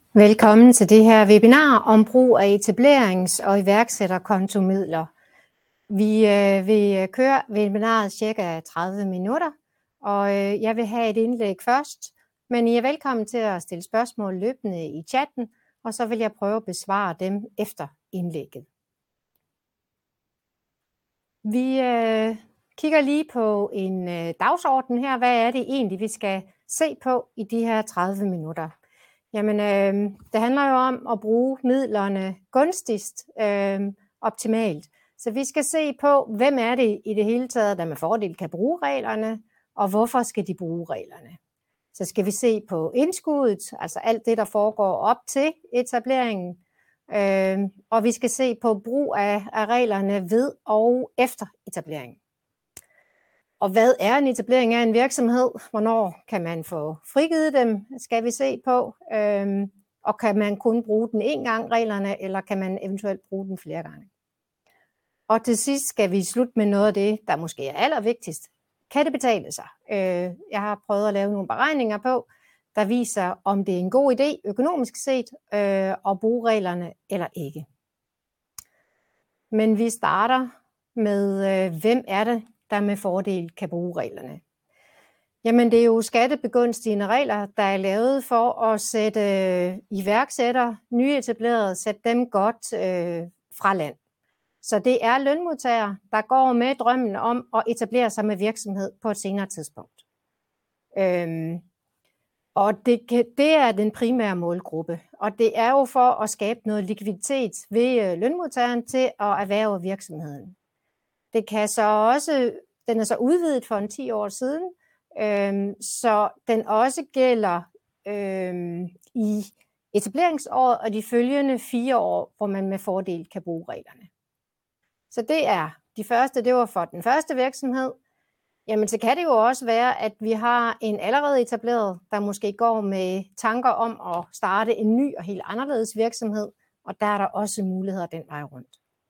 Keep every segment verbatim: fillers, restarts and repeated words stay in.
Velkommen til det her webinar om brug af etablerings- og iværksætterkontomidler. Vi øh, vil køre webinaret cirka tredive minutter, og øh, jeg vil have et indlæg først, men I er velkommen til at stille spørgsmål løbende i chatten, og så vil jeg prøve at besvare dem efter indlægget. Vi øh, kigger lige på en øh, dagsorden her. Hvad er det egentlig, vi skal se på i de her tredive minutter? Jamen, øh, det handler jo om at bruge midlerne gunstigst, øh, optimalt. Så vi skal se på, hvem er det i det hele taget, der med fordel kan bruge reglerne, og hvorfor skal de bruge reglerne. Så skal vi se på indskuddet, altså alt det, der foregår op til etableringen, øh, og vi skal se på brug af, af reglerne ved og efter etableringen. Og hvad er en etablering af en virksomhed? Hvornår kan man få frigivet dem, skal vi se på. Øhm, og kan man kun bruge den en gang, reglerne, eller kan man eventuelt bruge den flere gange? Og til sidst skal vi slutte med noget af det, der måske er allervigtigst. Kan det betale sig? Øh, jeg har prøvet at lave nogle beregninger på, der viser, om det er en god idé økonomisk set øh, at bruge reglerne eller ikke. Men vi starter med, øh, hvem er det, der med fordel kan bruge reglerne. Jamen det er jo skattebegunstigende regler, der er lavet for at sætte øh, iværksættere, nyetablerede, sætte dem godt øh, fra land. Så det er lønmodtagere, der går med drømmen om at etablere sig med virksomhed på et senere tidspunkt. Øhm, og det, det er den primære målgruppe, og det er jo for at skabe noget likviditet ved øh, lønmodtageren til at erhverve virksomheden. Det kan så også, den er så udvidet for en ti år siden, øhm, så den også gælder øhm, i etableringsåret og de følgende fire år, hvor man med fordel kan bruge reglerne. Så det er de første, det var for den første virksomhed. Jamen så kan det jo også være, at vi har en allerede etableret, der måske går med tanker om at starte en ny og helt anderledes virksomhed, og der er der også muligheder den vej rundt.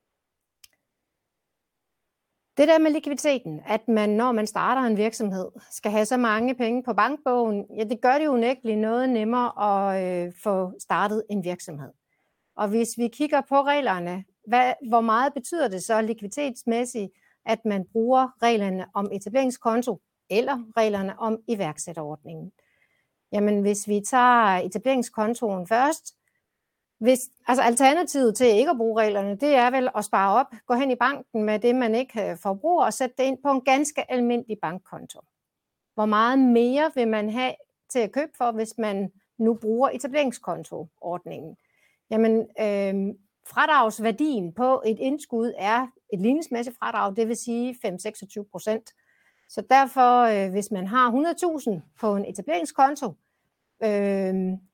Det der med likviditeten, at man, når man starter en virksomhed, skal have så mange penge på bankbogen, ja, det gør det jo unægteligt noget nemmere at øh, få startet en virksomhed. Og hvis vi kigger på reglerne, hvad, hvor meget betyder det så likviditetsmæssigt, at man bruger reglerne om etableringskonto eller reglerne om iværksætterordningen? Jamen, hvis vi tager etableringskontoen først, Hvis, altså alternativet til ikke at bruge reglerne, det er vel at spare op, gå hen i banken med det, man ikke forbruger, og sætte det ind på en ganske almindelig bankkonto. Hvor meget mere vil man have til at købe for, hvis man nu bruger etableringskontoordningen? Jamen, øh, fradragsværdien på et indskud er et ligningsmæssigt fradrag, det vil sige fem til seksogtyve procent. Så derfor, øh, hvis man har hundrede tusind på en etableringskonto, øh,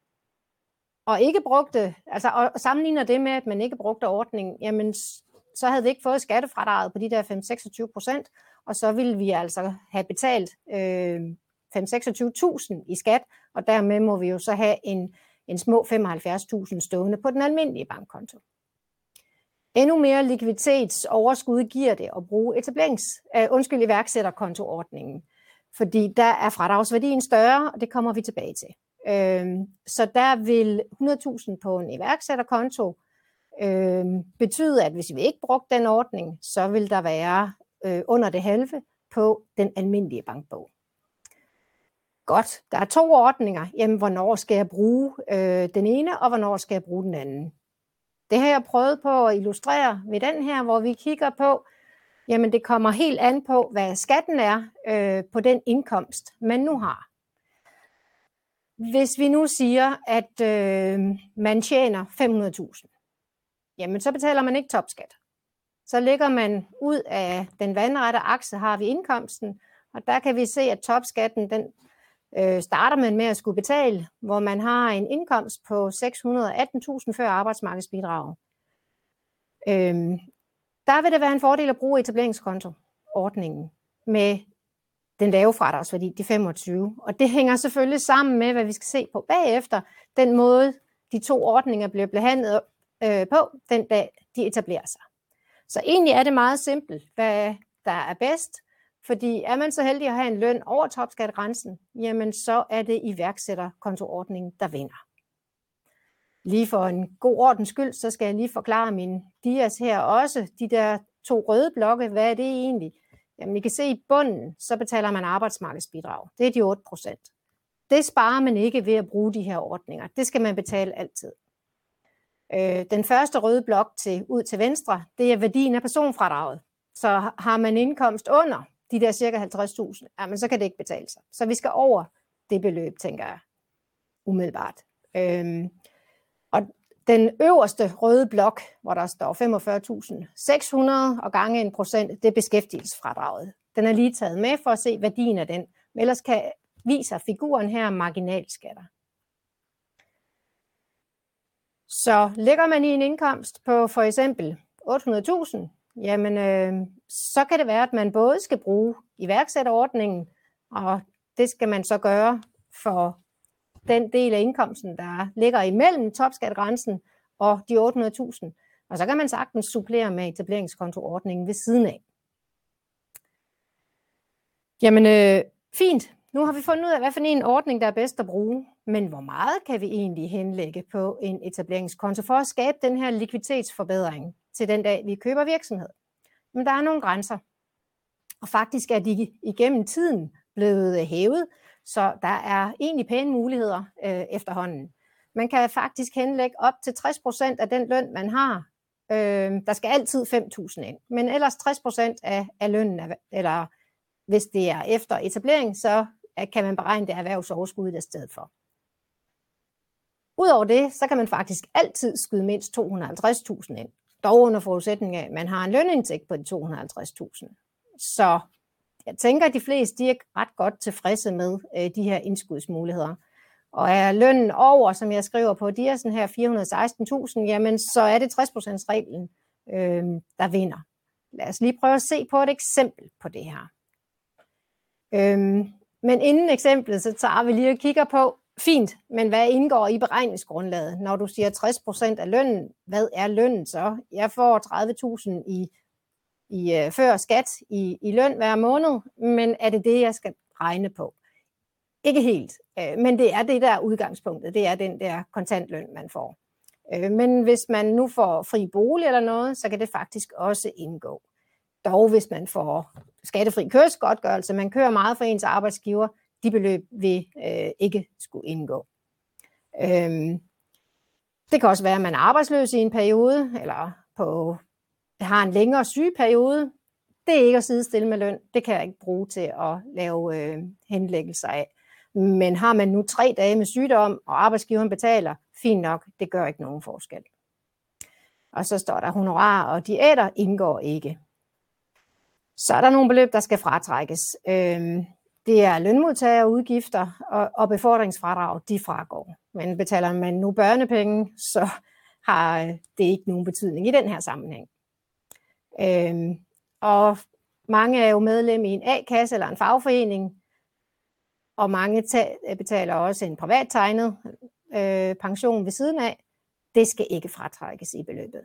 og ikke brugte, altså og sammenligner det med, at man ikke brugte ordningen, jamen så havde vi ikke fået skattefradraget på de der fem til seksogtyve procent, og så ville vi altså have betalt øh, fem til seksogtyve tusind i skat, og dermed må vi jo så have en, en små femoghalvfjerds tusind stående på den almindelige bankkonto. Endnu mere likviditetsoverskud giver det at bruge etablerings, øh, undskyld, iværksætterkontoordningen, fordi der er fradragsværdien større, og det kommer vi tilbage til. Så der vil hundrede tusind på en iværksætterkonto øh, betyde, at hvis vi ikke brugte den ordning, så vil der være øh, under det halve på den almindelige bankbog. Godt, der er to ordninger. Jamen, hvornår skal jeg bruge øh, den ene, og hvornår skal jeg bruge den anden? Det har jeg prøvet på at illustrere ved den her, hvor vi kigger på, jamen det kommer helt an på, hvad skatten er øh, på den indkomst, man nu har. Hvis vi nu siger, at øh, man tjener fem hundrede tusind, jamen så betaler man ikke topskat. Så lægger man ud af den vandrette akse, har vi indkomsten, og der kan vi se, at topskatten den øh, starter man med at skulle betale, hvor man har en indkomst på seks hundrede og atten tusind før arbejdsmarkedsbidrag. Øhm, der vil det være en fordel at bruge etableringskontoordningen med den lave fradragsværdi, de femogtyve. Og det hænger selvfølgelig sammen med, hvad vi skal se på bagefter, den måde, de to ordninger bliver behandlet øh, på, den dag de etablerer sig. Så egentlig er det meget simpelt, hvad der er bedst, fordi er man så heldig at have en løn over topskattegrænsen, jamen så er det iværksætterkontoordningen, der vinder. Lige for en god ordens skyld, så skal jeg lige forklare min dias her også. De der to røde blokke, hvad er det egentlig? Jamen, I kan se i bunden, så betaler man arbejdsmarkedsbidrag. Det er de otte procent. Det sparer man ikke ved at bruge de her ordninger. Det skal man betale altid. Øh, den første røde blok til, ud til venstre, det er værdien af personfradraget. Så har man indkomst under de der cirka halvtreds tusind, jamen, så kan det ikke betale sig. Så vi skal over det beløb, tænker jeg, umiddelbart. Øhm, og den øverste røde blok, hvor der står femogfyrre tusind seks hundrede og gange en procent, det er beskæftigelsesfradraget. Den er lige taget med for at se værdien af den. Men ellers kan, viser figuren her marginalskatter. Så ligger man i en indkomst på for eksempel otte hundrede tusind, jamen øh, så kan det være, at man både skal bruge iværksætterordningen, og det skal man så gøre for den del af indkomsten, der ligger imellem topskattegrænsen og de otte hundrede tusind. Og så kan man sagtens supplere med etableringskontoordningen ved siden af. Jamen øh, fint. Nu har vi fundet ud af, hvad for en ordning, der er bedst at bruge. Men hvor meget kan vi egentlig henlægge på en etableringskonto for at skabe den her likviditetsforbedring til den dag, vi køber virksomhed? Men der er nogle grænser. Og faktisk er de igennem tiden blevet hævet, så der er egentlig pæne muligheder øh, efterhånden. Man kan faktisk henlægge op til tres procent af den løn, man har. Øh, der skal altid fem tusind ind, men ellers tres procent af, af lønnen, eller hvis det er efter etablering, så kan man beregne det erhvervsoverskud i stedet for. Udover det, så kan man faktisk altid skyde mindst to hundrede og halvtreds tusind ind. Dog under forudsætning af, at man har en lønindtægt på de to hundrede og halvtreds tusind. Så jeg tænker, at de fleste de er ret godt tilfredse med øh, de her indskudsmuligheder. Og er lønnen over, som jeg skriver på, de er sådan her fire hundrede og seksten tusind, jamen så er det tres procent reglen, øh, der vinder. Lad os lige prøve at se på et eksempel på det her. Øh, men inden eksemplet, så tager vi lige og kigger på, fint, men hvad indgår i beregningsgrundlaget? Når du siger tres procent af lønnen, hvad er lønnen så? Jeg får tredive tusind i, i uh, før skat i, i løn hver måned, men er det det, jeg skal regne på? Ikke helt, uh, men det er det der udgangspunktet. Det er den der kontantløn, man får. Uh, men hvis man nu får fri bolig eller noget, så kan det faktisk også indgå. Dog hvis man får skattefri kørselsgodtgørelse, man kører meget for ens arbejdsgiver, de beløb vil øh, ikke skulle indgå. Øhm, det kan også være, at man er arbejdsløs i en periode, eller på, har en længere sygeperiode. Det er ikke at sidestille med løn. Det kan jeg ikke bruge til at lave øh, henlæggelser af. Men har man nu tre dage med sygdom, og arbejdsgiveren betaler, fint nok, det gør ikke nogen forskel. Og så står der honorar og diæter indgår ikke. Så er der nogle beløb, der skal fratrækkes. Øhm, Det er lønmodtagerudgifter og, og befordringsfradrag, de fragår. Men betaler man nu børnepenge, så har det ikke nogen betydning i den her sammenhæng. Øhm, og mange er jo medlem i en A-kasse eller en fagforening, og mange ta- betaler også en privat tegnet øh, pension ved siden af. Det skal ikke fratrækkes i beløbet.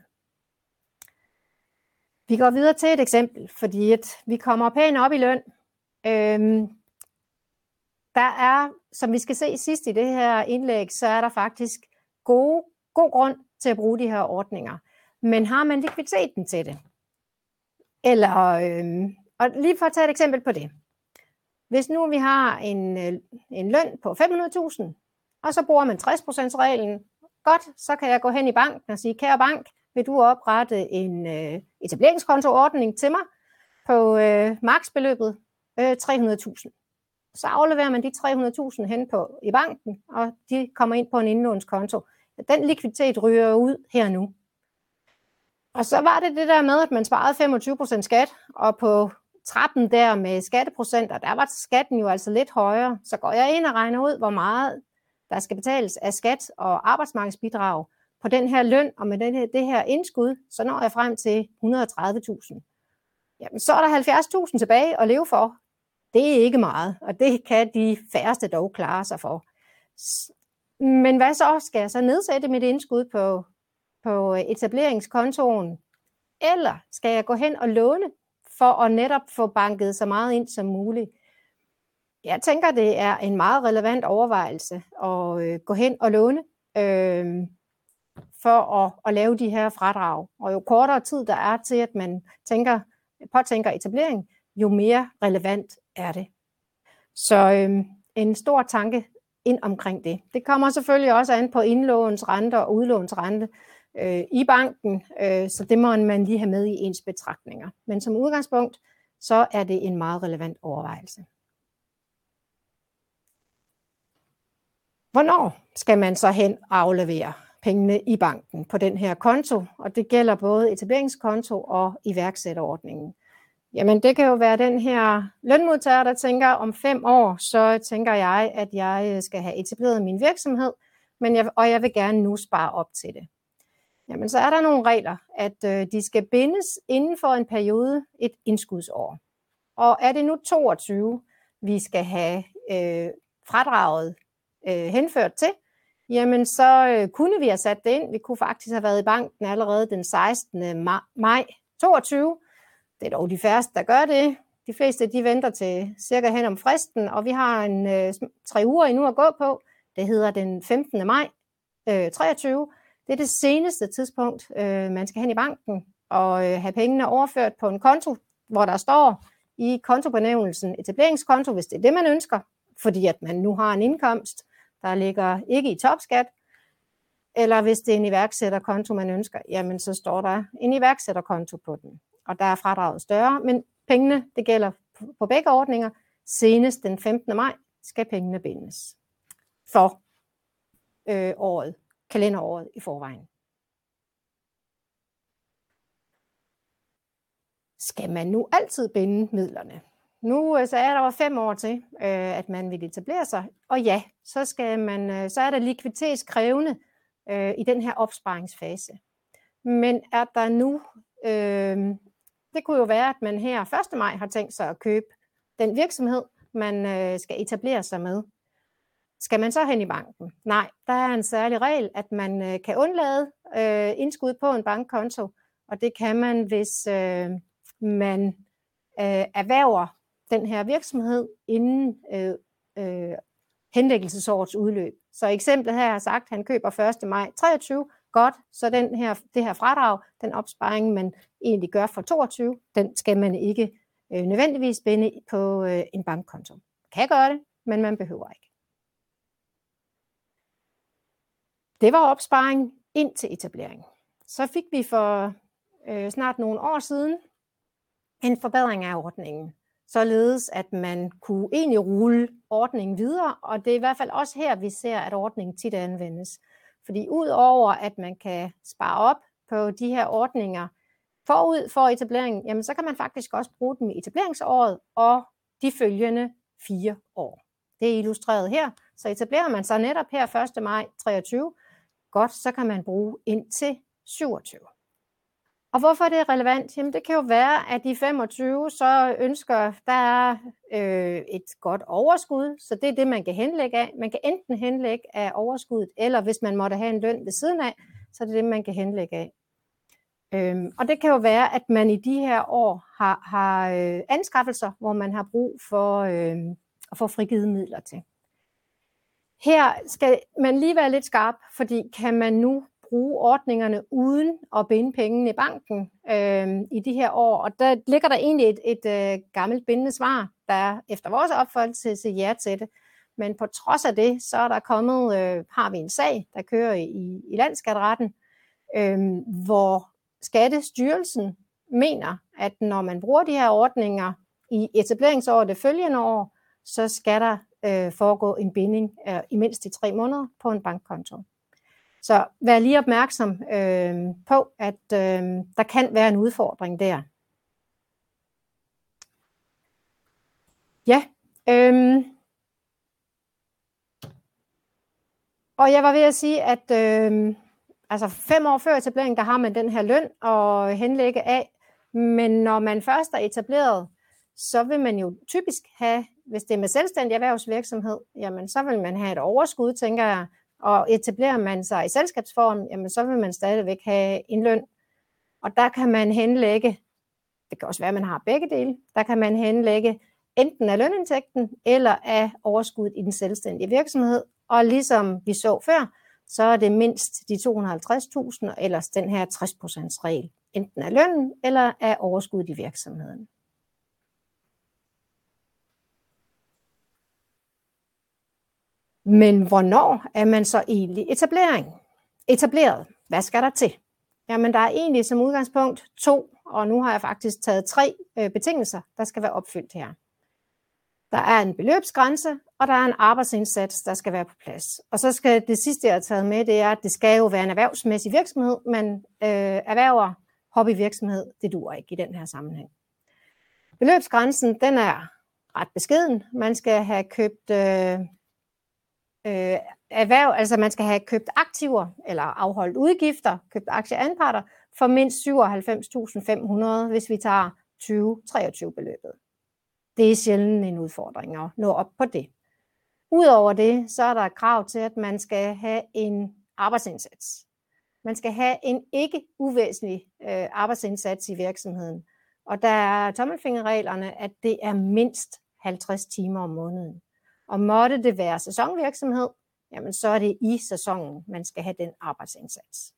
Vi går videre til et eksempel, fordi at vi kommer pænt op i løn. Øhm, Der er, som vi skal se sidst i det her indlæg, så er der faktisk gode, god grund til at bruge de her ordninger. Men har man likviditeten til det? Eller, øh, og lige for at tage et eksempel på det. Hvis nu vi har en, en løn på fem hundrede tusind, og så bruger man tres procent reglen, godt, så kan jeg gå hen i banken og sige, kære bank, vil du oprette en øh, etableringskontoordning til mig på øh, maksbeløbet øh, tre hundrede tusind. Så afleverer man de tre hundrede tusind hen på i banken, og de kommer ind på en indlånskonto. Den likviditet ryger ud her nu. Og så var det det der med, at man sparede femogtyve procent skat, og på trappen der med skatteprocenter, der var skatten jo altså lidt højere. Så går jeg ind og regner ud, hvor meget der skal betales af skat og arbejdsmarkedsbidrag på den her løn, og med det her, det her indskud, så når jeg frem til et hundrede og tredive tusind. Jamen, så er der halvfjerds tusind tilbage at leve for. Det er ikke meget, og det kan de færreste dog klare sig for. Men hvad så? Skal jeg så nedsætte mit indskud på, på etableringskontoen? Eller skal jeg gå hen og låne for at netop få banket så meget ind som muligt? Jeg tænker, det er en meget relevant overvejelse at øh, gå hen og låne. Øh, for at, at lave de her fradrag. Og jo kortere tid der er til, at man tænker, påtænker etablering, jo mere relevant er det. Så øhm, en stor tanke ind omkring det. Det kommer selvfølgelig også an på indlånsrente og udlånsrente øh, i banken, øh, så det må man lige have med i ens betragtninger. Men som udgangspunkt, så er det en meget relevant overvejelse. Hvornår skal man så hen og aflevere pengene i banken på den her konto? Og det gælder både etableringskonto og iværksætterordningen. Jamen det kan jo være den her lønmodtager, der tænker, om fem år, så tænker jeg, at jeg skal have etableret min virksomhed, men jeg, og jeg vil gerne nu spare op til det. Jamen så er der nogle regler, at øh, de skal bindes inden for en periode, et indskudsår. Og er det nu toogtyve, vi skal have øh, fradraget øh, henført til, jamen så øh, kunne vi have sat det ind. Vi kunne faktisk have været i banken allerede den sekstende maj toogtyve. Det er dog de færreste, der gør det. De fleste de venter til cirka hen om fristen, og vi har en øh, tre uger endnu at gå på. Det hedder den femtende maj øh, treogtyve. Det er det seneste tidspunkt, øh, man skal hen i banken og øh, have pengene overført på en konto, hvor der står i kontobenævnelsen etableringskonto, hvis det er det, man ønsker, fordi at man nu har en indkomst, der ligger ikke i topskat, eller hvis det er en iværksætterkonto, man ønsker, jamen så står der en iværksætterkonto på den. Og der er fradraget større, men pengene, det gælder på begge ordninger, senest den femtende maj skal pengene bindes for øh, året, kalenderåret i forvejen. Skal man nu altid binde midlerne? Nu så er der jo fem år til, øh, at man vil etablere sig, og ja, så, skal man, øh, så er der likviditetskrævende øh, i den her opsparingsfase. Men er der nu, øh, det kunne jo være, at man her første maj har tænkt sig at købe den virksomhed, man øh, skal etablere sig med. Skal man så hen i banken? Nej, der er en særlig regel, at man øh, kan undlade øh, indskud på en bankkonto, og det kan man, hvis øh, man øh, erhverver den her virksomhed inden øh, øh, henlæggelsesårets udløb. Så eksemplet her har sagt, at han køber første maj treogtyve. Godt, så den her, det her fradrag, den opsparing, man egentlig gør for toogtyve, den skal man ikke øh, nødvendigvis binde på øh, en bankkonto. Man kan gøre det, men man behøver ikke. Det var opsparing ind til etablering. Så fik vi for øh, snart nogle år siden en forbedring af ordningen, således at man kunne egentlig rulle ordningen videre, og det er i hvert fald også her, vi ser, at ordningen tit anvendes. Fordi udover at man kan spare op på de her ordninger forud for etableringen, jamen så kan man faktisk også bruge dem i etableringsåret og de følgende fire år. Det er illustreret her, så etablerer man sig netop her første maj treogtyve, godt, så kan man bruge indtil syvogtyve. Og hvorfor er det relevant? Jamen det kan jo være, at i femogtyve så ønsker, der er øh, et godt overskud, så det er det, man kan henlægge af. Man kan enten henlægge af overskuddet, eller hvis man måtte have en løn ved siden af, så er det det, man kan henlægge af. Øhm, og det kan jo være, at man i de her år har, har øh, anskaffelser, hvor man har brug for øh, at få frigivet midler til. Her skal man lige være lidt skarp, fordi kan man nu bruge ordningerne uden at binde pengene i banken øh, i de her år. Og der ligger der egentlig et, et, et øh, gammelt bindende svar, der efter vores opfattelse siger ja til det. Men på trods af det, så er der kommet, øh, har vi en sag, der kører i, i Landsskatteretten, øh, hvor Skattestyrelsen mener, at når man bruger de her ordninger i etableringsåret det følgende år, så skal der øh, foregå en binding øh, i mindst i tre måneder på en bankkonto. Så vær lige opmærksom øh, på, at øh, der kan være en udfordring der. Ja, øh, og jeg var ved at sige, at øh, altså fem år før etableringen, der har man den her løn at henlægge af, men når man først er etableret, så vil man jo typisk have, hvis det er med selvstændig erhvervsvirksomhed, jamen så vil man have et overskud, tænker jeg. Og etablerer man sig i selskabsform, jamen så vil man stadigvæk have en løn. Og der kan man henlægge, det kan også være, at man har begge dele, der kan man henlægge enten af lønindtægten eller af overskuddet i den selvstændige virksomhed. Og ligesom vi så før, så er det mindst de to hundrede og halvtreds tusind, og ellers den her tres procent regel, enten af lønnen eller af overskuddet i virksomheden. Men hvornår er man så egentlig etablering? etableret? Hvad skal der til? Jamen der er egentlig som udgangspunkt to, og nu har jeg faktisk taget tre øh, betingelser, der skal være opfyldt her. Der er en beløbsgrænse, og der er en arbejdsindsats, der skal være på plads. Og så skal det sidste, jeg har taget med, det er, at det skal jo være en erhvervsmæssig virksomhed, men øh, erhverver hobbyvirksomhed, det duer ikke i den her sammenhæng. Beløbsgrænsen, den er ret beskeden. Man skal have købt øh, øh, erhverv, altså man skal have købt aktiver eller afholdt udgifter, købt aktieanparter for mindst syvoghalvfems tusind fem hundrede, hvis vi tager tyve treogtyve beløbet. Det er sjældent en udfordring at nå op på det. Udover det, så er der et krav til, at man skal have en arbejdsindsats. Man skal have en ikke uvæsentlig øh, arbejdsindsats i virksomheden. Og der er tommelfingerreglerne, at det er mindst halvtreds timer om måneden. Og måtte det være sæsonvirksomhed, jamen så er det i sæsonen, man skal have den arbejdsindsats.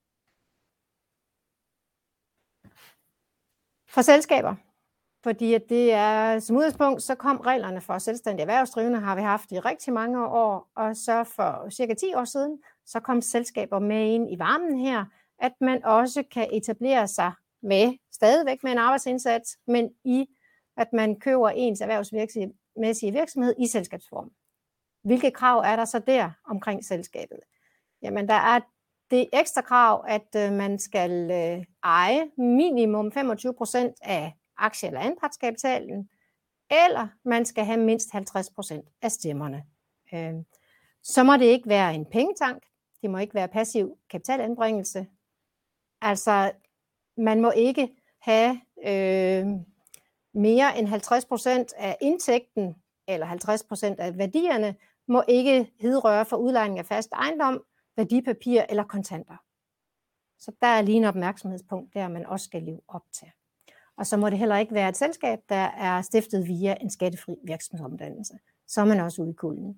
For selskaber, fordi at det er som udgangspunkt, så kom reglerne for selvstændige erhvervsdrivende, har vi haft i rigtig mange år, og så for cirka ti år siden, så kom selskaber med ind i varmen her, at man også kan etablere sig med, stadigvæk med en arbejdsindsats, men i at man køber ens erhvervsmæssige virksomhed i selskabsform. Hvilke krav er der så der omkring selskabet? Jamen der er det ekstra krav, at man skal eje minimum femogtyve procent af aktie- eller anpartskapitalen, eller man skal have mindst halvtreds procent af stemmerne. Så må det ikke være en pengetank, det må ikke være passiv kapitalanbringelse. Altså, man må ikke have øh, mere end halvtreds procent af indtægten, eller halvtreds procent af værdierne, må ikke hidrøre for udlejning af fast ejendom, værdipapir eller kontanter. Så der er lige en opmærksomhedspunkt, der man også skal leve op til. Og så må det heller ikke være et selskab, der er stiftet via en skattefri virksomhedsomdannelse. Så er man også ude i kulden.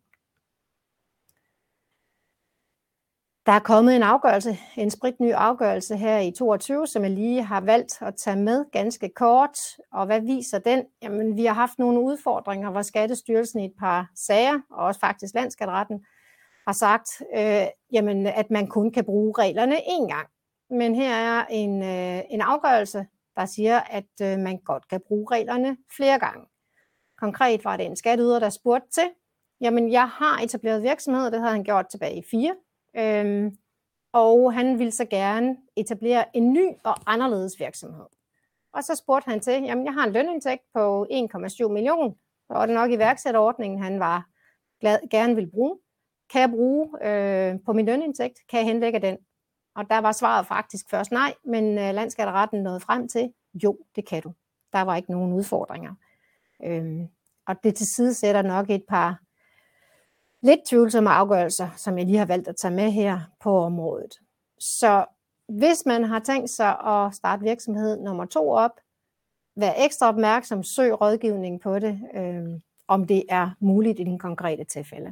Der er kommet en afgørelse, en spritny afgørelse her i toogtyve, som jeg lige har valgt at tage med ganske kort. Og hvad viser den? Jamen, vi har haft nogle udfordringer, hvor Skattestyrelsen i et par sager, og også faktisk Landsskatteretten, har sagt, øh, jamen, at man kun kan bruge reglerne én gang. Men her er en, øh, en afgørelse, der siger, at øh, man godt kan bruge reglerne flere gange. Konkret var det en skatteyder, der spurgte til, jamen jeg har etableret virksomhed, og det havde han gjort tilbage i fire, øhm, og han ville så gerne etablere en ny og anderledes virksomhed. Og så spurgte han til, jamen jeg har en lønindtægt på en komma syv millioner, og det nok iværksætterordningen, han var glad, gerne ville bruge. Kan jeg bruge øh, på min lønindtægt? Kan jeg henlægge den? Og der var svaret faktisk først nej, men øh, Landsskatteretten nåede frem til, jo, det kan du. Der var ikke nogen udfordringer. Øhm, og det tilsidesætter nok et par lidt tvivlsomme afgørelser, som jeg lige har valgt at tage med her på området. Så hvis man har tænkt sig at starte virksomhed nummer to op, vær ekstra opmærksom, søg rådgivning på det, øh, om det er muligt i den konkrete tilfælde.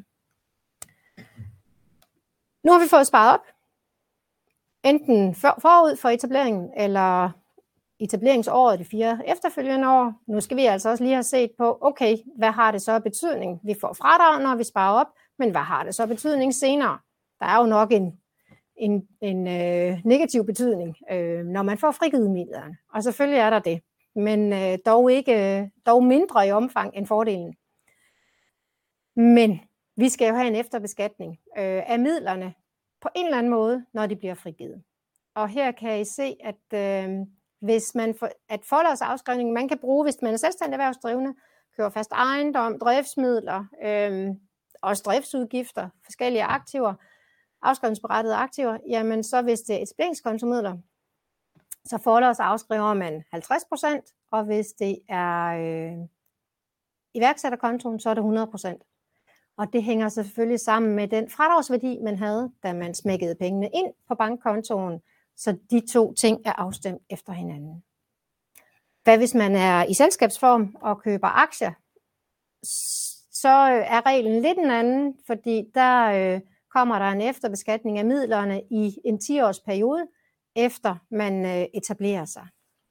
Nu har vi fået sparet op, enten forud for etableringen, eller etableringsåret, de fire efterfølgende år. Nu skal vi altså også lige have set på, okay, hvad har det så af betydning? Vi får fradrag, når vi sparer op, men hvad har det så af betydning senere? Der er jo nok en, en, en øh, negativ betydning, øh, når man får frigivet midlerne. Og selvfølgelig er der det, men øh, dog, ikke, øh, dog mindre i omfang end fordelen. Men vi skal jo have en efterbeskatning øh, af midlerne på en eller anden måde, når de bliver frigivet. Og her kan I se, at øh, hvis man for, at forlodsafskrivning, man kan bruge, hvis man er selvstændig erhvervsdrivende, køber fast ejendom, driftsmidler, øh, også driftsudgifter, forskellige aktiver, afskrivningsberettigede aktiver, jamen så hvis det er etableringskontomidler, så forlodsafskriver man halvtreds procent, og hvis det er øh, iværksætterkontoen, så er det hundrede procent. Og det hænger selvfølgelig sammen med den fradragsværdi, man havde, da man smækkede pengene ind på bankkontoen. Så de to ting er afstemt efter hinanden. Hvad hvis man er i selskabsform og køber aktier, så er reglen lidt en anden, fordi der kommer der en efterbeskatning af midlerne i en ti års periode, efter man øh, etablerer sig.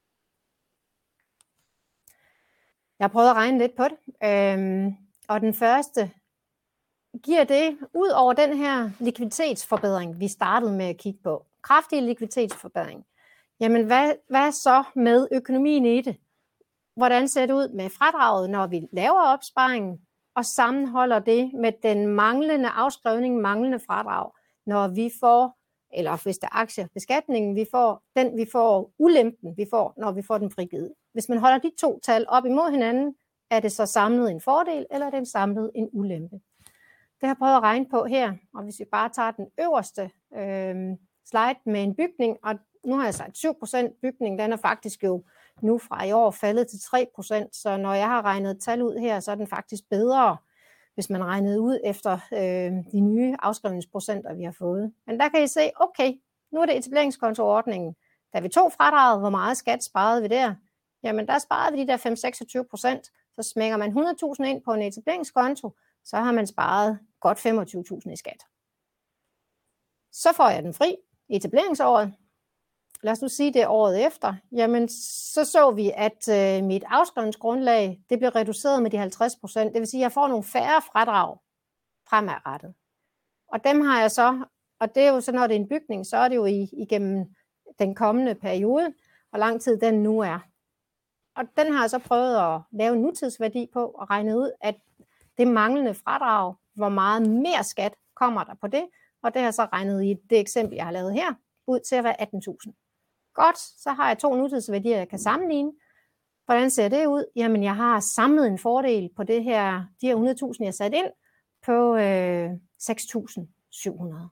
Jeg har prøvet at regne lidt på det, øhm, og den første giver det, ud over den her likviditetsforbedring, vi startede med at kigge på, kraftig likviditetsforbedring, jamen hvad, hvad så med økonomien i det? Hvordan ser det ud med fradraget, når vi laver opsparingen, og sammenholder det med den manglende afskrivning, manglende fradrag, når vi får, eller hvis det er aktiebeskatningen, vi får, den vi får, ulempen vi får, når vi får den frigivet. Hvis man holder de to tal op imod hinanden, er det så samlet en fordel, eller er det samlet en ulempe? Det har jeg prøvet at regne på her, og hvis vi bare tager den øverste øh, slide med en bygning, og nu har jeg sagt syv procent bygning, den er faktisk jo nu fra i år faldet til tre procent, så når jeg har regnet tal ud her, så er den faktisk bedre, hvis man regnede ud efter øh, de nye afskrivningsprocenter, vi har fået. Men der kan I se, okay, nu er det etableringskontoordningen. Da vi tog fradraget, hvor meget skat sparede vi der? Jamen der sparede vi de der fem til seksogtyve procent, så smækker man hundrede tusind ind på en etableringskonto, så har man sparet godt femogtyve tusind i skat. Så får jeg den fri i etableringsåret. Lad os nu sige det året efter. Jamen så så vi, at øh, mit afskrivningsgrundlag, det blev reduceret med de halvtreds procent. Det vil sige, at jeg får nogle færre fradrag fremadrettet. Og dem har jeg så, og det er jo så, når det er en bygning, så er det jo igennem den kommende periode, hvor lang tid den nu er. Og den har jeg så prøvet at lave en nutidsværdi på og regne ud, at det manglende fradrag, hvor meget mere skat kommer der på det, og det har jeg så regnet i det eksempel, jeg har lavet her, ud til at være atten tusind. Godt, så har jeg to nutidsværdier, jeg kan sammenligne. Hvordan ser det ud? Jamen, jeg har samlet en fordel på det her, de her hundrede tusind, jeg har sat ind, på øh, seks tusind syv hundrede.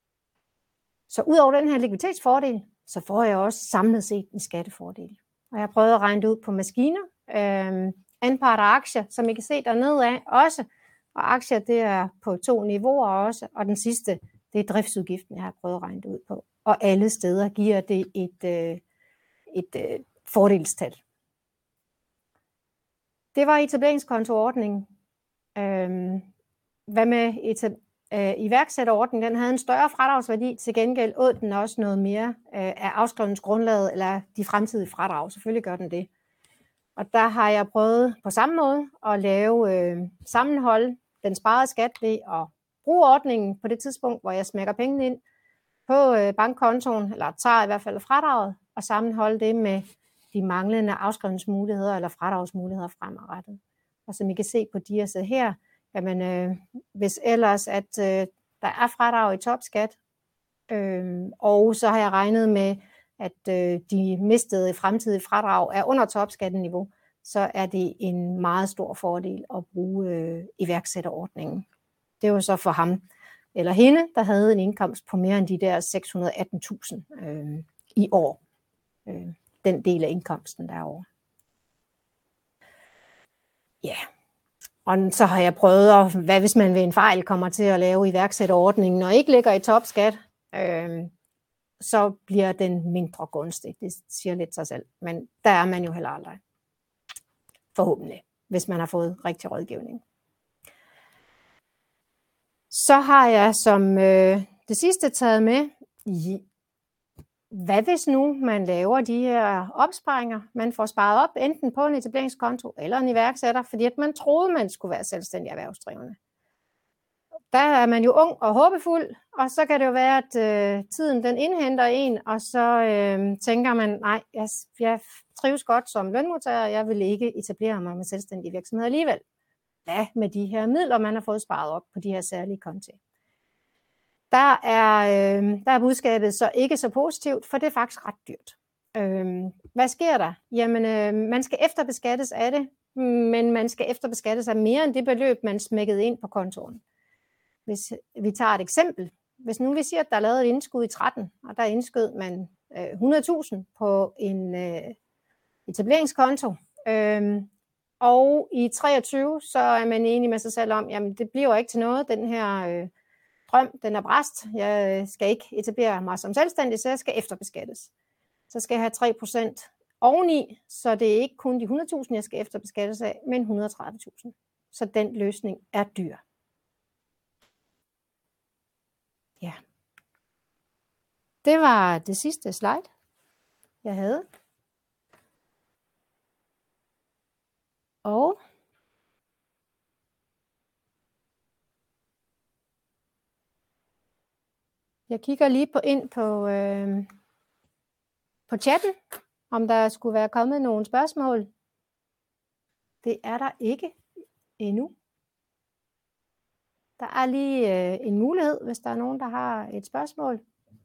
Så ud over den her likviditetsfordel, så får jeg også samlet set en skattefordel. Og jeg har prøvet at regne det ud på maskiner, øh, anpart af aktier, som I kan se dernede af også. Og aktier, det er på to niveauer også, og den sidste, det er driftsudgiften, jeg har prøvet at regne det ud på. Og alle steder giver det et, øh, et øh, fordelstal. Det var etableringskontoordningen. Øhm, hvad med etab- øh, iværksætterordningen? Den havde en større fradragsværdi, til gengæld åd den også noget mere øh, af afskrivningsgrundlaget, eller de fremtidige fradrag. Selvfølgelig gør den det. Og der har jeg prøvet på samme måde at lave øh, sammenhold den sparede skat ved at bruge ordningen på det tidspunkt, hvor jeg smækker pengene ind på øh, bankkontoen, eller tager i hvert fald fradraget, og sammenholde det med de manglende afskrivningsmuligheder eller fradragsmuligheder fremadrettet. Og som I kan se på diaset her, jamen, øh, hvis ellers at øh, der er fradrag i topskat, øh, og så har jeg regnet med, at øh, de mistede fremtidige fradrag er under topskatteniveau, så er det en meget stor fordel at bruge øh, iværksætterordningen. Det er jo så for ham eller hende, der havde en indkomst på mere end de der seks hundrede og atten tusind øh, i år. Øh, den del af indkomsten derovre. Ja, yeah. Og så har jeg prøvet, at, hvad hvis man ved en fejl kommer til at lave iværksætterordningen, og ikke ligger i topskat, øh, så bliver den mindre gunstig. Det siger lidt sig selv, men der er man jo heller aldrig. Forhåbentlig, hvis man har fået rigtig rådgivning. Så har jeg som øh, det sidste taget med, hvad hvis nu man laver de her opsparinger, man får sparet op enten på en etableringskonto eller en iværksætter, fordi at man troede, man skulle være selvstændig erhvervsdrivende. Der er man jo ung og håbefuld, og så kan det jo være, at øh, tiden den indhenter en, og så øh, tænker man, nej, jeg, jeg trives godt som lønmodtager, jeg vil ikke etablere mig med selvstændig virksomhed alligevel. Hvad med de her midler, man har fået sparet op på de her særlige konti? Der er, øh, der er budskabet så ikke så positivt, for det er faktisk ret dyrt. Øh, hvad sker der? Jamen, øh, man skal efterbeskattes af det, men man skal efterbeskattes af mere end det beløb, man smækkede ind på kontoen. Hvis vi tager et eksempel. Hvis nu vi siger, at der er lavet et indskud i tretten, og der indskød man øh, hundrede tusind på en øh, etableringskonto, øh, og i treogtyve, så er man enig med sig selv om, jamen det bliver ikke til noget, den her øh, drøm, den er bræst. Jeg skal ikke etablere mig som selvstændig, så jeg skal efterbeskattes. Så skal jeg have tre procent oveni, så det er ikke kun de hundrede tusind, jeg skal efterbeskattes af, men et hundrede og tredive tusind. Så den løsning er dyr. Ja. Det var det sidste slide, jeg havde. Og jeg kigger lige på ind på, øh, på chatten, om der skulle være kommet nogle spørgsmål. Det er der ikke endnu. Der er lige øh, en mulighed, hvis der er nogen, der har et spørgsmål.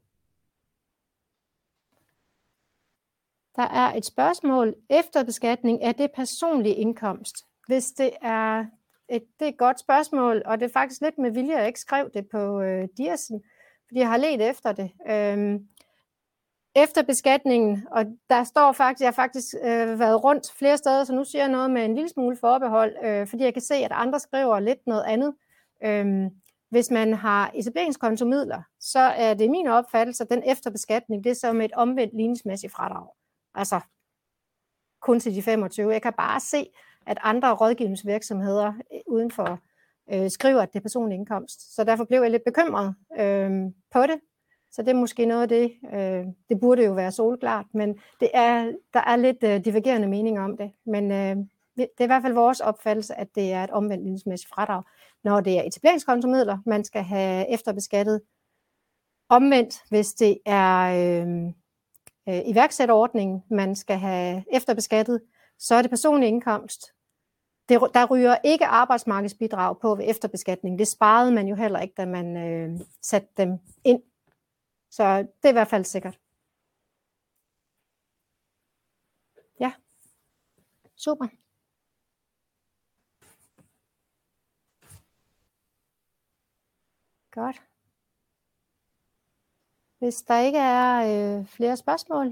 Der er et spørgsmål. Efterbeskatning af det personlige indkomst. Hvis det er et, det er et godt spørgsmål, og det er faktisk lidt med vilje, at jeg ikke skrev det på øh, Dirsen, fordi jeg har let efter det. Øhm, efterbeskatningen, og der står faktisk, jeg har faktisk øh, været rundt flere steder, så nu siger jeg noget med en lille smule forbehold, øh, fordi jeg kan se, at andre skriver lidt noget andet. Øhm, hvis man har etableringskontomidler, så er det min opfattelse, at den efterbeskatning, det er som et omvendt ligningsmæssigt fradrag. Altså kun til de femogtyve. Jeg kan bare se, at andre rådgivningsvirksomheder udenfor øh, skriver, at det er personlig indkomst. Så derfor blev jeg lidt bekymret øh, på det. Så det er måske noget af det, øh, det burde jo være solklart, men det er, der er lidt øh, divergerende meninger om det. Men øh, det er i hvert fald vores opfattelse, at det er et omvendt ligningsmæssigt fradrag, når det er etableringskontomidler, man skal have efterbeskattet. Omvendt, hvis det er øh, øh, iværksætterordningen, man skal have efterbeskattet, så er det personlig indkomst. Det, der ryger ikke arbejdsmarkedsbidrag på ved efterbeskatning. Det sparede man jo heller ikke, da man øh, satte dem ind. Så det er i hvert fald sikkert. Ja, super. Godt. Hvis der ikke er øh, flere spørgsmål,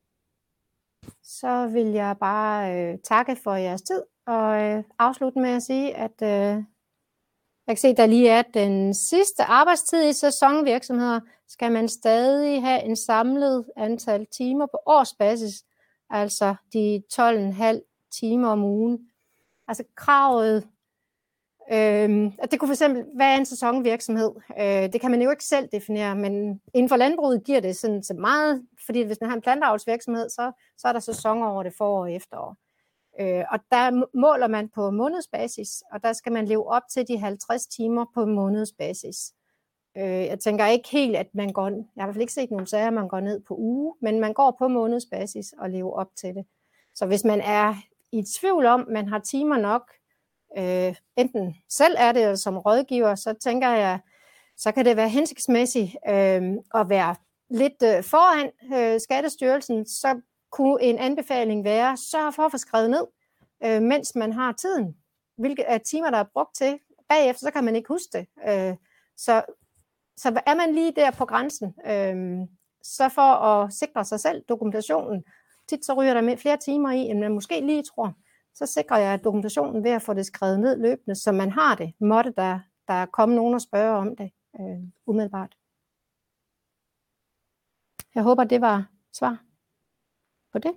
så vil jeg bare øh, takke for jeres tid og øh, afslutte med at sige, at øh, jeg kan se, at der lige er den sidste arbejdstid i sæsonvirksomheder, skal man stadig have en samlet antal timer på årsbasis, altså de tolv komma fem timer om ugen. Altså kravet, øh, det kunne for eksempel være en sæsonvirksomhed. Øh, det kan man jo ikke selv definere, men inden for landbruget giver det sådan så meget, fordi hvis man har en planteavlsvirksomhed, så, så er der sæson over det forår og efterår. Øh, og der måler man på månedsbasis, og der skal man leve op til de halvtreds timer på månedsbasis. Øh, jeg tænker ikke helt, at man går, jeg har i hvert fald ikke set nogen sager, at man går ned på uge, men man går på månedsbasis og lever op til det. Så hvis man er i tvivl om, man har timer nok, øh, enten selv er det eller som rådgiver, så tænker jeg, så kan det være hensigtsmæssigt øh, at være lidt øh, foran øh, Skattestyrelsen, så kunne en anbefaling være, sørg for at få skrevet ned, øh, mens man har tiden, hvilke er timer, der er brugt til. Bagefter, så kan man ikke huske det. Øh, så, så er man lige der på grænsen, øh, så for at sikre sig selv dokumentationen, tit så ryger der flere timer i, end man måske lige tror, så sikrer jeg dokumentationen ved at få det skrevet ned løbende, så man har det, måtte der, der komme nogen og spørge om det øh, umiddelbart. Jeg håber, det var svar på det.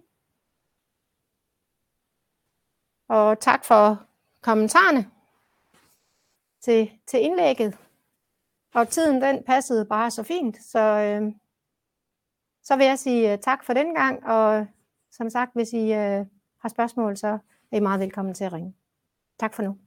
Og tak for kommentarerne til, til indlægget. Og tiden den passede bare så fint, så, øh, så vil jeg sige uh, tak for den gang, og som sagt, hvis I uh, har spørgsmål, så er I meget velkommen til at ringe. Tak for nu.